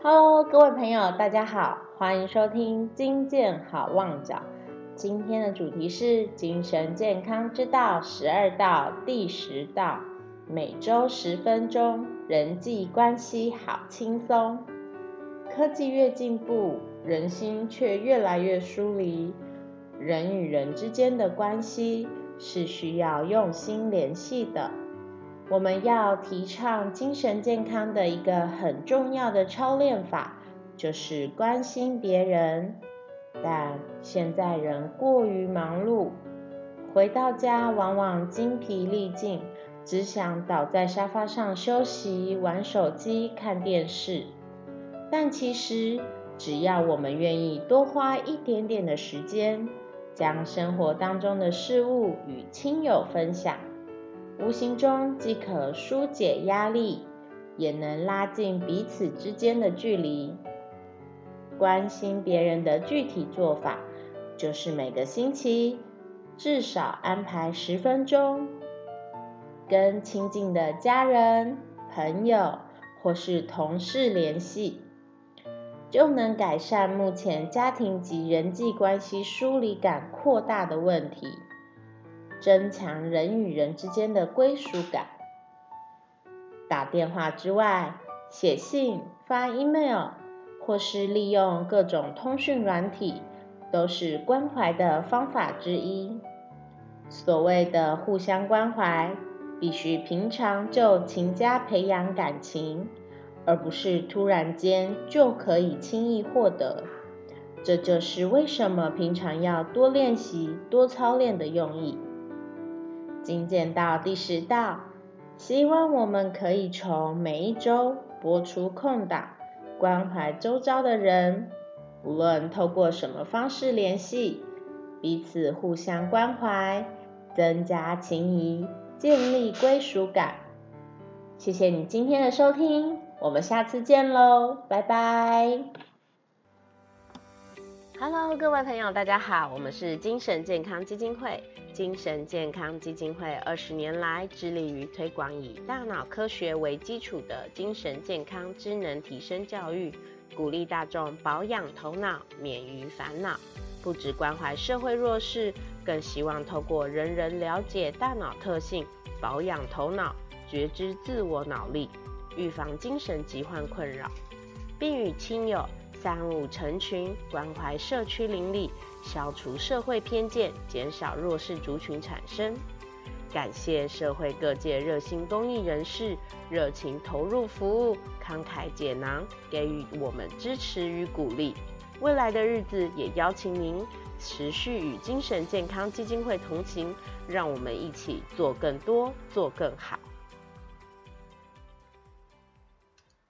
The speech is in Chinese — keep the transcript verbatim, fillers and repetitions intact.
Hello， 各位朋友，大家好，欢迎收听金健好旺角。今天的主题是精神健康之道十二道第十道，每周十分钟，人际关系好轻松。科技越进步，人心却越来越疏离。人与人之间的关系是需要用心联系的。我们要提倡精神健康的一个很重要的操练法，就是关心别人。但现在人过于忙碌，回到家往往精疲力尽，只想倒在沙发上休息，玩手机，看电视。但其实只要我们愿意多花一点点的时间，将生活当中的事物与亲友分享，无形中既可疏解压力，也能拉近彼此之间的距离。关心别人的具体做法，就是每个星期至少安排十分钟，跟亲近的家人、朋友或是同事联系，就能改善目前家庭及人际关系疏离感扩大的问题，增强人与人之间的归属感。打电话之外，写信、发 email 或是利用各种通讯软体，都是关怀的方法之一。所谓的互相关怀，必须平常就勤加培养感情，而不是突然间就可以轻易获得。这就是为什么平常要多练习、多操练的用意。精健道第十道，希望我们可以从每一周拨出空档，关怀周遭的人，无论透过什么方式联系，彼此互相关怀，增加情谊，建立归属感。谢谢你今天的收听，我们下次见喽，拜拜。Hello， 各位朋友，大家好，我们是精神健康基金会。精神健康基金会二十年来致力于推广以大脑科学为基础的精神健康知能提升教育，鼓励大众保养头脑，免于烦恼。不只关怀社会弱势，更希望透过人人了解大脑特性，保养头脑，觉知自我脑力，预防精神疾患困扰，并与亲友三五成群，关怀社区邻里，消除社会偏见，减少弱势族群产生。感谢社会各界热心公益人士热情投入服务，慷慨解囊，给予我们支持与鼓励。未来的日子也邀请您持续与精神健康基金会同行，让我们一起做更多，做更好。